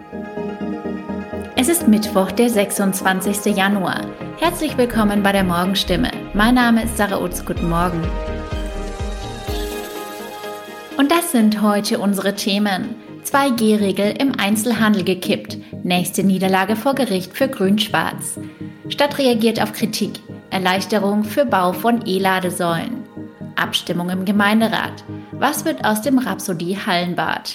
Es ist Mittwoch, der 26. Januar. Herzlich willkommen bei der Morgenstimme. Mein Name ist Sarah Utz. Guten Morgen. Und das sind heute unsere Themen. 2G-Regel im Einzelhandel gekippt. Nächste Niederlage vor Gericht für Grün-Schwarz. Stadt reagiert auf Kritik. Erleichterung für Bau von E-Ladesäulen. Abstimmung im Gemeinderat. Was wird aus dem Rhapsodie-Hallenbad?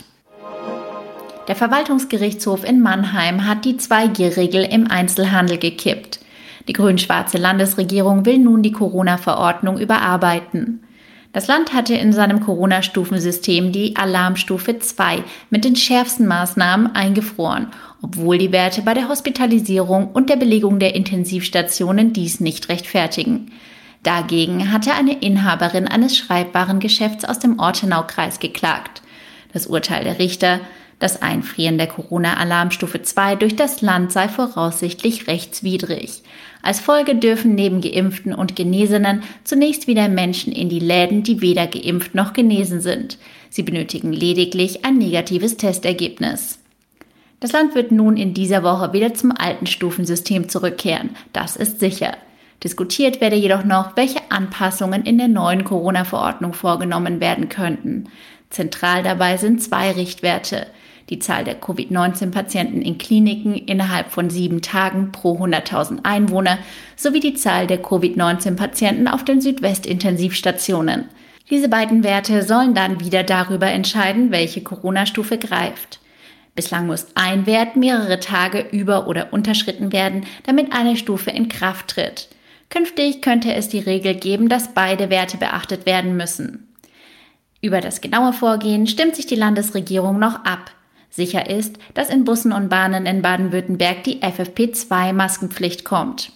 Der Verwaltungsgerichtshof in Mannheim hat die 2G-Regel im Einzelhandel gekippt. Die grün-schwarze Landesregierung will nun die Corona-Verordnung überarbeiten. Das Land hatte in seinem Corona-Stufensystem die Alarmstufe 2 mit den schärfsten Maßnahmen eingefroren, obwohl die Werte bei der Hospitalisierung und der Belegung der Intensivstationen dies nicht rechtfertigen. Dagegen hatte eine Inhaberin eines Schreibwarengeschäfts aus dem Ortenaukreis geklagt. Das Urteil der Richter: Das Einfrieren der Corona-Alarmstufe 2 durch das Land sei voraussichtlich rechtswidrig. Als Folge dürfen neben Geimpften und Genesenen zunächst wieder Menschen in die Läden, die weder geimpft noch genesen sind. Sie benötigen lediglich ein negatives Testergebnis. Das Land wird nun in dieser Woche wieder zum alten Stufensystem zurückkehren. Das ist sicher. Diskutiert werde jedoch noch, welche Anpassungen in der neuen Corona-Verordnung vorgenommen werden könnten. Zentral dabei sind 2 Richtwerte: die Zahl der Covid-19-Patienten in Kliniken innerhalb von 7 Tagen pro 100.000 Einwohner sowie die Zahl der Covid-19-Patienten auf den Südwest-Intensivstationen. Diese beiden Werte sollen dann wieder darüber entscheiden, welche Corona-Stufe greift. Bislang muss ein Wert mehrere Tage über- oder unterschritten werden, damit eine Stufe in Kraft tritt. Künftig könnte es die Regel geben, dass beide Werte beachtet werden müssen. Über das genaue Vorgehen stimmt sich die Landesregierung noch ab. Sicher ist, dass in Bussen und Bahnen in Baden-Württemberg die FFP2-Maskenpflicht kommt.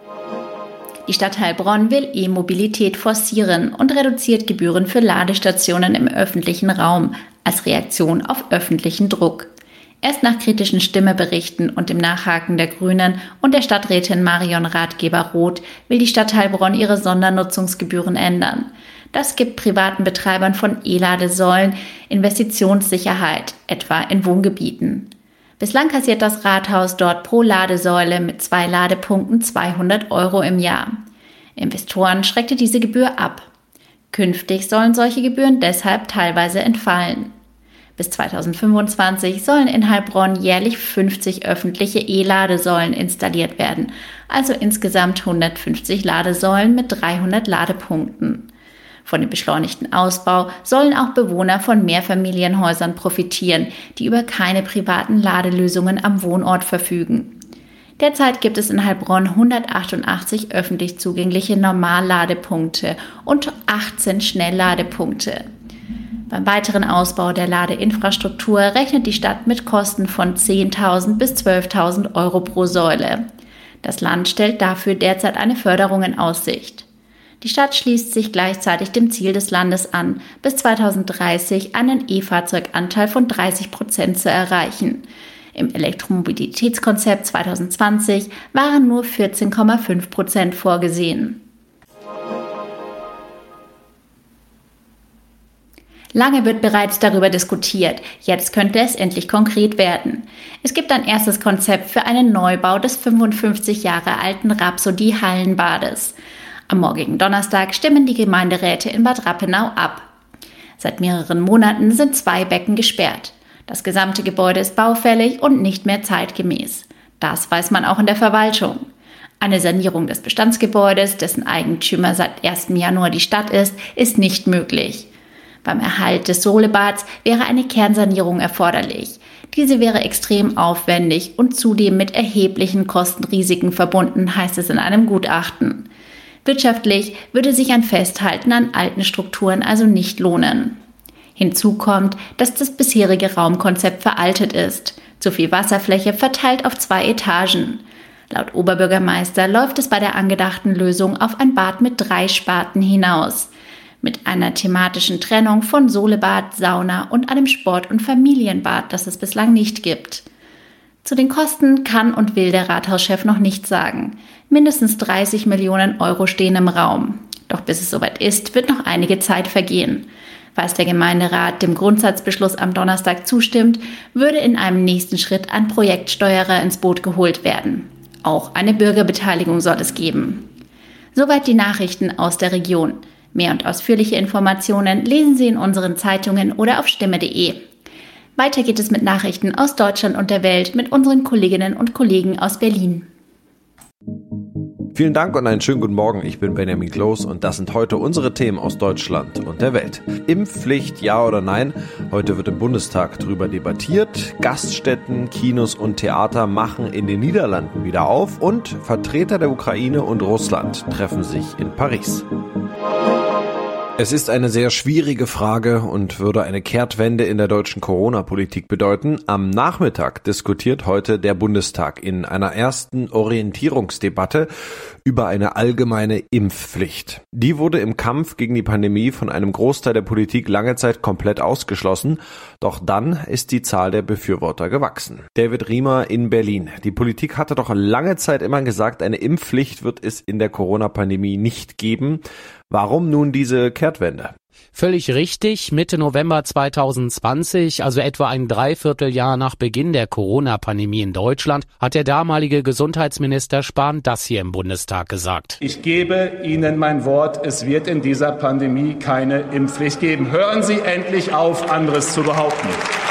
Die Stadt Heilbronn will E-Mobilität forcieren und reduziert Gebühren für Ladestationen im öffentlichen Raum als Reaktion auf öffentlichen Druck. Erst nach kritischen Stimmeberichten und dem Nachhaken der Grünen und der Stadträtin Marion Ratgeber-Roth will die Stadt Heilbronn ihre Sondernutzungsgebühren ändern. Das gibt privaten Betreibern von E-Ladesäulen Investitionssicherheit, etwa in Wohngebieten. Bislang kassiert das Rathaus dort pro Ladesäule mit 2 Ladepunkten 200 € im Jahr. Investoren schreckte diese Gebühr ab. Künftig sollen solche Gebühren deshalb teilweise entfallen. Bis 2025 sollen in Heilbronn jährlich 50 öffentliche E-Ladesäulen installiert werden, also insgesamt 150 Ladesäulen mit 300 Ladepunkten. Von dem beschleunigten Ausbau sollen auch Bewohner von Mehrfamilienhäusern profitieren, die über keine privaten Ladelösungen am Wohnort verfügen. Derzeit gibt es in Heilbronn 188 öffentlich zugängliche Normalladepunkte und 18 Schnellladepunkte. Beim weiteren Ausbau der Ladeinfrastruktur rechnet die Stadt mit Kosten von 10.000 bis 12.000 € pro Säule. Das Land stellt dafür derzeit eine Förderung in Aussicht. Die Stadt schließt sich gleichzeitig dem Ziel des Landes an, bis 2030 einen E-Fahrzeuganteil von 30% zu erreichen. Im Elektromobilitätskonzept 2020 waren nur 14,5% vorgesehen. Lange wird bereits darüber diskutiert, jetzt könnte es endlich konkret werden. Es gibt ein erstes Konzept für einen Neubau des 55 Jahre alten Rhapsodie-Hallenbades. Am morgigen Donnerstag stimmen die Gemeinderäte in Bad Rappenau ab. Seit mehreren Monaten sind 2 Becken gesperrt. Das gesamte Gebäude ist baufällig und nicht mehr zeitgemäß. Das weiß man auch in der Verwaltung. Eine Sanierung des Bestandsgebäudes, dessen Eigentümer seit 1. Januar die Stadt ist nicht möglich. Beim Erhalt des Solebads wäre eine Kernsanierung erforderlich. Diese wäre extrem aufwendig und zudem mit erheblichen Kostenrisiken verbunden, heißt es in einem Gutachten. Wirtschaftlich würde sich ein Festhalten an alten Strukturen also nicht lohnen. Hinzu kommt, dass das bisherige Raumkonzept veraltet ist. Zu viel Wasserfläche verteilt auf 2 Etagen. Laut Oberbürgermeister läuft es bei der angedachten Lösung auf ein Bad mit 3 Sparten hinaus. Mit einer thematischen Trennung von Solebad, Sauna und einem Sport- und Familienbad, das es bislang nicht gibt. Zu den Kosten kann und will der Rathauschef noch nichts sagen. Mindestens 30 Millionen € stehen im Raum. Doch bis es soweit ist, wird noch einige Zeit vergehen. Falls der Gemeinderat dem Grundsatzbeschluss am Donnerstag zustimmt, würde in einem nächsten Schritt ein Projektsteuerer ins Boot geholt werden. Auch eine Bürgerbeteiligung soll es geben. Soweit die Nachrichten aus der Region. Mehr und ausführliche Informationen lesen Sie in unseren Zeitungen oder auf stimme.de. Weiter geht es mit Nachrichten aus Deutschland und der Welt mit unseren Kolleginnen und Kollegen aus Berlin. Vielen Dank und einen schönen guten Morgen. Ich bin Benjamin Kloß und das sind heute unsere Themen aus Deutschland und der Welt. Impfpflicht, ja oder nein? Heute wird im Bundestag darüber debattiert. Gaststätten, Kinos und Theater machen in den Niederlanden wieder auf und Vertreter der Ukraine und Russland treffen sich in Paris. Es ist eine sehr schwierige Frage und würde eine Kehrtwende in der deutschen Corona-Politik bedeuten. Am Nachmittag diskutiert heute der Bundestag in einer ersten Orientierungsdebatte über eine allgemeine Impfpflicht. Die wurde im Kampf gegen die Pandemie von einem Großteil der Politik lange Zeit komplett ausgeschlossen. Doch dann ist die Zahl der Befürworter gewachsen. David Riemer in Berlin. Die Politik hatte doch lange Zeit immer gesagt, eine Impfpflicht wird es in der Corona-Pandemie nicht geben. Warum nun diese Kehrtwende? Völlig richtig. Mitte November 2020, also etwa ein Dreivierteljahr nach Beginn der Corona-Pandemie in Deutschland, hat der damalige Gesundheitsminister Spahn das hier im Bundestag gesagt. Ich gebe Ihnen mein Wort, es wird in dieser Pandemie keine Impfpflicht geben. Hören Sie endlich auf, anderes zu behaupten.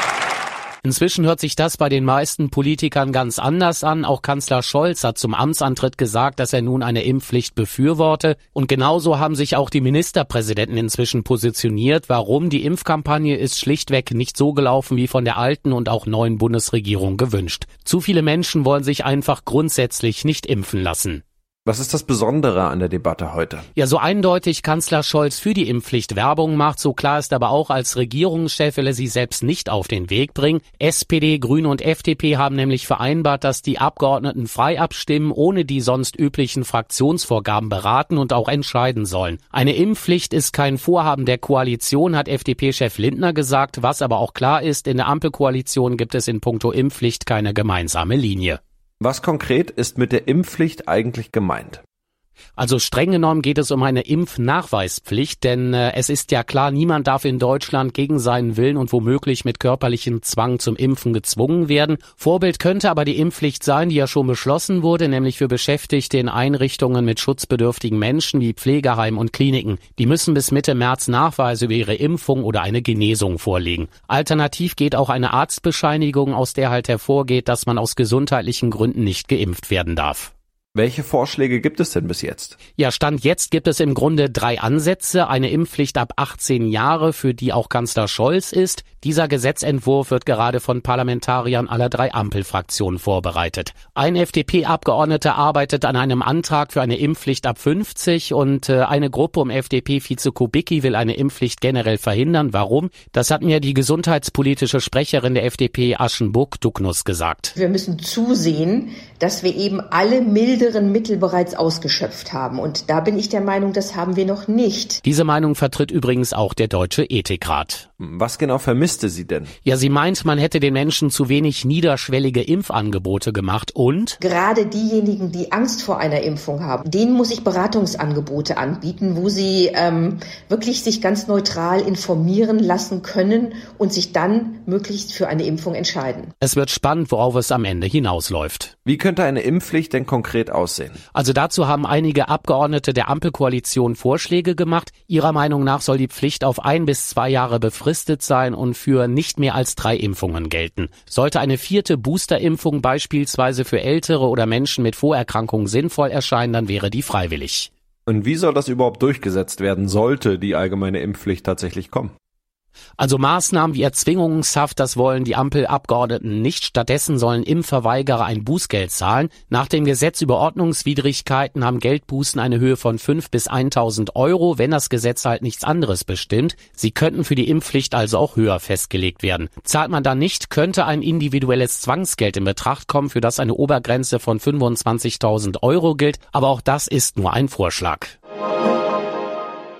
Inzwischen hört sich das bei den meisten Politikern ganz anders an. Auch Kanzler Scholz hat zum Amtsantritt gesagt, dass er nun eine Impfpflicht befürworte. Und genauso haben sich auch die Ministerpräsidenten inzwischen positioniert. Warum? Die Impfkampagne ist schlichtweg nicht so gelaufen wie von der alten und auch neuen Bundesregierung gewünscht. Zu viele Menschen wollen sich einfach grundsätzlich nicht impfen lassen. Was ist das Besondere an der Debatte heute? Ja, so eindeutig Kanzler Scholz für die Impfpflicht Werbung macht, so klar ist aber auch, als Regierungschef will er sie selbst nicht auf den Weg bringen. SPD, Grüne und FDP haben nämlich vereinbart, dass die Abgeordneten frei abstimmen, ohne die sonst üblichen Fraktionsvorgaben beraten und auch entscheiden sollen. Eine Impfpflicht ist kein Vorhaben der Koalition, hat FDP-Chef Lindner gesagt. Was aber auch klar ist, in der Ampelkoalition gibt es in puncto Impfpflicht keine gemeinsame Linie. Was konkret ist mit der Impfpflicht eigentlich gemeint? Also streng genommen geht es um eine Impfnachweispflicht, denn es ist ja klar, niemand darf in Deutschland gegen seinen Willen und womöglich mit körperlichem Zwang zum Impfen gezwungen werden. Vorbild könnte aber die Impfpflicht sein, die ja schon beschlossen wurde, nämlich für Beschäftigte in Einrichtungen mit schutzbedürftigen Menschen wie Pflegeheimen und Kliniken. Die müssen bis Mitte März Nachweise über ihre Impfung oder eine Genesung vorlegen. Alternativ geht auch eine Arztbescheinigung, aus der halt hervorgeht, dass man aus gesundheitlichen Gründen nicht geimpft werden darf. Welche Vorschläge gibt es denn bis jetzt? Ja, Stand jetzt gibt es im Grunde 3 Ansätze. Eine Impfpflicht ab 18 Jahre, für die auch Kanzler Scholz ist. Dieser Gesetzentwurf wird gerade von Parlamentariern aller 3 Ampelfraktionen vorbereitet. Ein FDP-Abgeordneter arbeitet an einem Antrag für eine Impfpflicht ab 50 und eine Gruppe um FDP-Vize Kubicki will eine Impfpflicht generell verhindern. Warum? Das hat mir die gesundheitspolitische Sprecherin der FDP Aschenburg-Ducknuss gesagt. Wir müssen zusehen, dass wir eben alle milderen Mittel bereits ausgeschöpft haben. Und da bin ich der Meinung, das haben wir noch nicht. Diese Meinung vertritt übrigens auch der Deutsche Ethikrat. Was genau vermisste sie denn? Ja, sie meint, man hätte den Menschen zu wenig niederschwellige Impfangebote gemacht und gerade diejenigen, die Angst vor einer Impfung haben, denen muss ich Beratungsangebote anbieten, wo sie wirklich sich ganz neutral informieren lassen können und sich dann möglichst für eine Impfung entscheiden. Es wird spannend, worauf es am Ende hinausläuft. Wie könnte eine Impfpflicht denn konkret aussehen? Also dazu haben einige Abgeordnete der Ampelkoalition Vorschläge gemacht. Ihrer Meinung nach soll die Pflicht auf 1 bis 2 Jahre befristet sein und für nicht mehr als 3 Impfungen gelten. Sollte eine 4. Boosterimpfung beispielsweise für Ältere oder Menschen mit Vorerkrankungen sinnvoll erscheinen, dann wäre die freiwillig. Und wie soll das überhaupt durchgesetzt werden, sollte die allgemeine Impfpflicht tatsächlich kommen? Also Maßnahmen wie Erzwingungshaft, das wollen die Ampelabgeordneten nicht. Stattdessen sollen Impfverweigerer ein Bußgeld zahlen. Nach dem Gesetz über Ordnungswidrigkeiten haben Geldbußen eine Höhe von 5 bis 1.000 Euro, wenn das Gesetz halt nichts anderes bestimmt. Sie könnten für die Impfpflicht also auch höher festgelegt werden. Zahlt man dann nicht, könnte ein individuelles Zwangsgeld in Betracht kommen, für das eine Obergrenze von 25.000 Euro gilt. Aber auch das ist nur ein Vorschlag.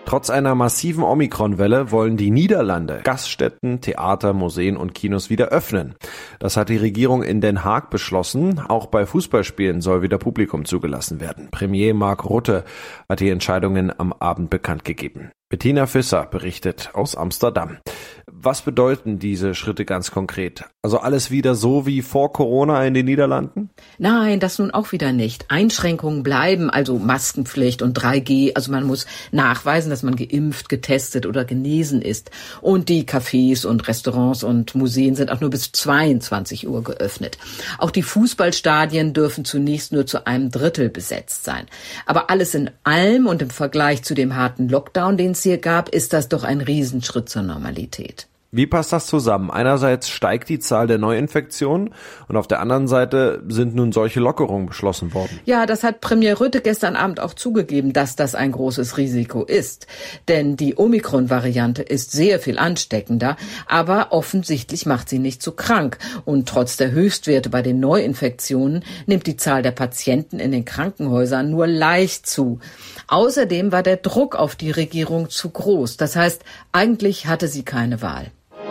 Trotz einer massiven Omikron-Welle wollen die Niederlande Gaststätten, Theater, Museen und Kinos wieder öffnen. Das hat die Regierung in Den Haag beschlossen. Auch bei Fußballspielen soll wieder Publikum zugelassen werden. Premier Mark Rutte hat die Entscheidungen am Abend bekannt gegeben. Bettina Visser berichtet aus Amsterdam. Was bedeuten diese Schritte ganz konkret? Also alles wieder so wie vor Corona in den Niederlanden? Nein, das nun auch wieder nicht. Einschränkungen bleiben, also Maskenpflicht und 3G. Also man muss nachweisen, dass man geimpft, getestet oder genesen ist. Und die Cafés und Restaurants und Museen sind auch nur bis 22 Uhr geöffnet. Auch die Fußballstadien dürfen zunächst nur zu einem Drittel besetzt sein. Aber alles in allem und im Vergleich zu dem harten Lockdown, den es hier gab, ist das doch ein Riesenschritt zur Normalität. Wie passt das zusammen? Einerseits steigt die Zahl der Neuinfektionen und auf der anderen Seite sind nun solche Lockerungen beschlossen worden. Ja, das hat Premier Rutte gestern Abend auch zugegeben, dass das ein großes Risiko ist. Denn die Omikron-Variante ist sehr viel ansteckender, aber offensichtlich macht sie nicht so krank. Und trotz der Höchstwerte bei den Neuinfektionen nimmt die Zahl der Patienten in den Krankenhäusern nur leicht zu. Außerdem war der Druck auf die Regierung zu groß. Das heißt, eigentlich hatte sie keine Wahl.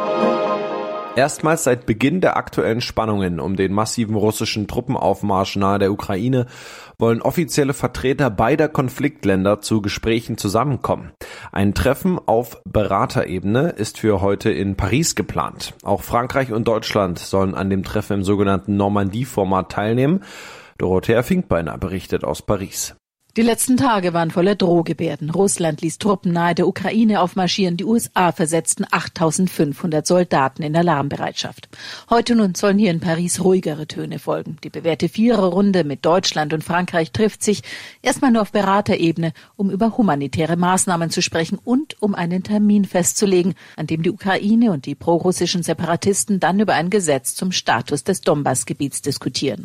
Erstmals seit Beginn der aktuellen Spannungen um den massiven russischen Truppenaufmarsch nahe der Ukraine wollen offizielle Vertreter beider Konfliktländer zu Gesprächen zusammenkommen. Ein Treffen auf Beraterebene ist für heute in Paris geplant. Auch Frankreich und Deutschland sollen an dem Treffen im sogenannten Normandie-Format teilnehmen. Dorothea Finkbeiner berichtet aus Paris. Die letzten Tage waren voller Drohgebärden. Russland ließ Truppen nahe der Ukraine aufmarschieren. Die USA versetzten 8.500 Soldaten in Alarmbereitschaft. Heute nun sollen hier in Paris ruhigere Töne folgen. Die bewährte Viererrunde mit Deutschland und Frankreich trifft sich erstmal nur auf Beraterebene, um über humanitäre Maßnahmen zu sprechen und um einen Termin festzulegen, an dem die Ukraine und die prorussischen Separatisten dann über ein Gesetz zum Status des Donbass-Gebiets diskutieren.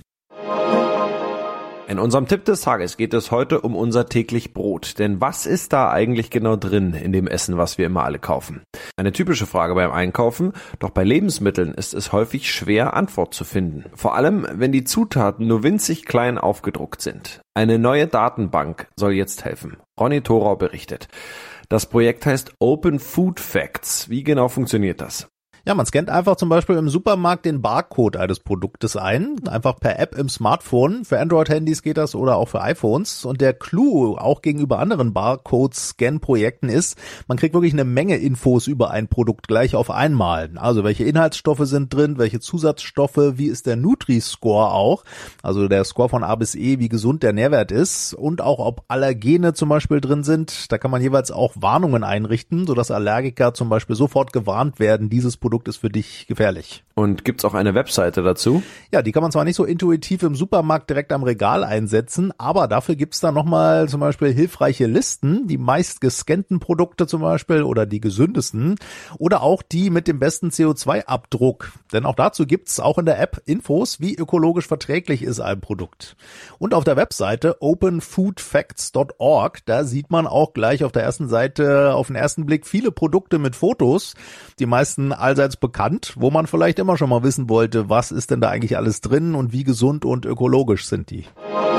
In unserem Tipp des Tages geht es heute um unser täglich Brot. Denn was ist da eigentlich genau drin in dem Essen, was wir immer alle kaufen? Eine typische Frage beim Einkaufen, doch bei Lebensmitteln ist es häufig schwer, Antwort zu finden. Vor allem, wenn die Zutaten nur winzig klein aufgedruckt sind. Eine neue Datenbank soll jetzt helfen. Ronny Thorau berichtet. Das Projekt heißt Open Food Facts. Wie genau funktioniert das? Ja, man scannt einfach zum Beispiel im Supermarkt den Barcode eines Produktes ein, einfach per App im Smartphone. Für Android-Handys geht das oder auch für iPhones. Und der Clou auch gegenüber anderen Barcode-Scan-Projekten ist, man kriegt wirklich eine Menge Infos über ein Produkt gleich auf einmal. Also welche Inhaltsstoffe sind drin, welche Zusatzstoffe, wie ist der Nutri-Score auch, also der Score von A bis E, wie gesund der Nährwert ist und auch ob Allergene zum Beispiel drin sind. Da kann man jeweils auch Warnungen einrichten, sodass Allergiker zum Beispiel sofort gewarnt werden, dieses Produkt ist für dich gefährlich. Und gibt's auch eine Webseite dazu? Ja, die kann man zwar nicht so intuitiv im Supermarkt direkt am Regal einsetzen, aber dafür gibt's da nochmal zum Beispiel hilfreiche Listen, die meist gescannten Produkte zum Beispiel oder die gesündesten oder auch die mit dem besten CO2-Abdruck. Denn auch dazu gibt's auch in der App Infos, wie ökologisch verträglich ist ein Produkt. Und auf der Webseite openfoodfacts.org, da sieht man auch gleich auf der ersten Seite auf den ersten Blick viele Produkte mit Fotos, die meisten allseits bekannt, wo man vielleicht immer schon mal wissen wollte, was ist denn da eigentlich alles drin und wie gesund und ökologisch sind die.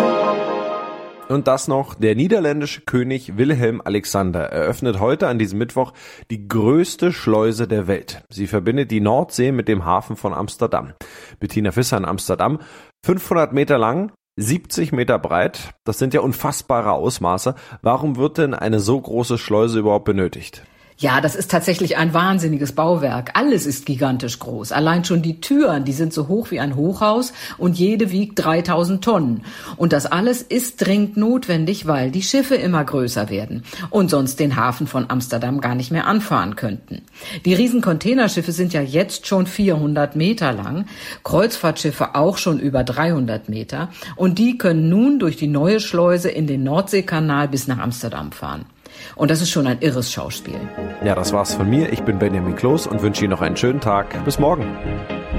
Und das noch, der niederländische König Wilhelm Alexander eröffnet heute an diesem Mittwoch die größte Schleuse der Welt. Sie verbindet die Nordsee mit dem Hafen von Amsterdam. Bettina Visser in Amsterdam, 500 Meter lang, 70 Meter breit, das sind ja unfassbare Ausmaße. Warum wird denn eine so große Schleuse überhaupt benötigt? Ja, das ist tatsächlich ein wahnsinniges Bauwerk. Alles ist gigantisch groß. Allein schon die Türen, die sind so hoch wie ein Hochhaus und jede wiegt 3000 Tonnen. Und das alles ist dringend notwendig, weil die Schiffe immer größer werden und sonst den Hafen von Amsterdam gar nicht mehr anfahren könnten. Die riesen Containerschiffe sind ja jetzt schon 400 Meter lang, Kreuzfahrtschiffe auch schon über 300 Meter und die können nun durch die neue Schleuse in den Nordseekanal bis nach Amsterdam fahren. Und das ist schon ein irres Schauspiel. Ja, das war's von mir. Ich bin Benjamin Kloß und wünsche Ihnen noch einen schönen Tag. Bis morgen.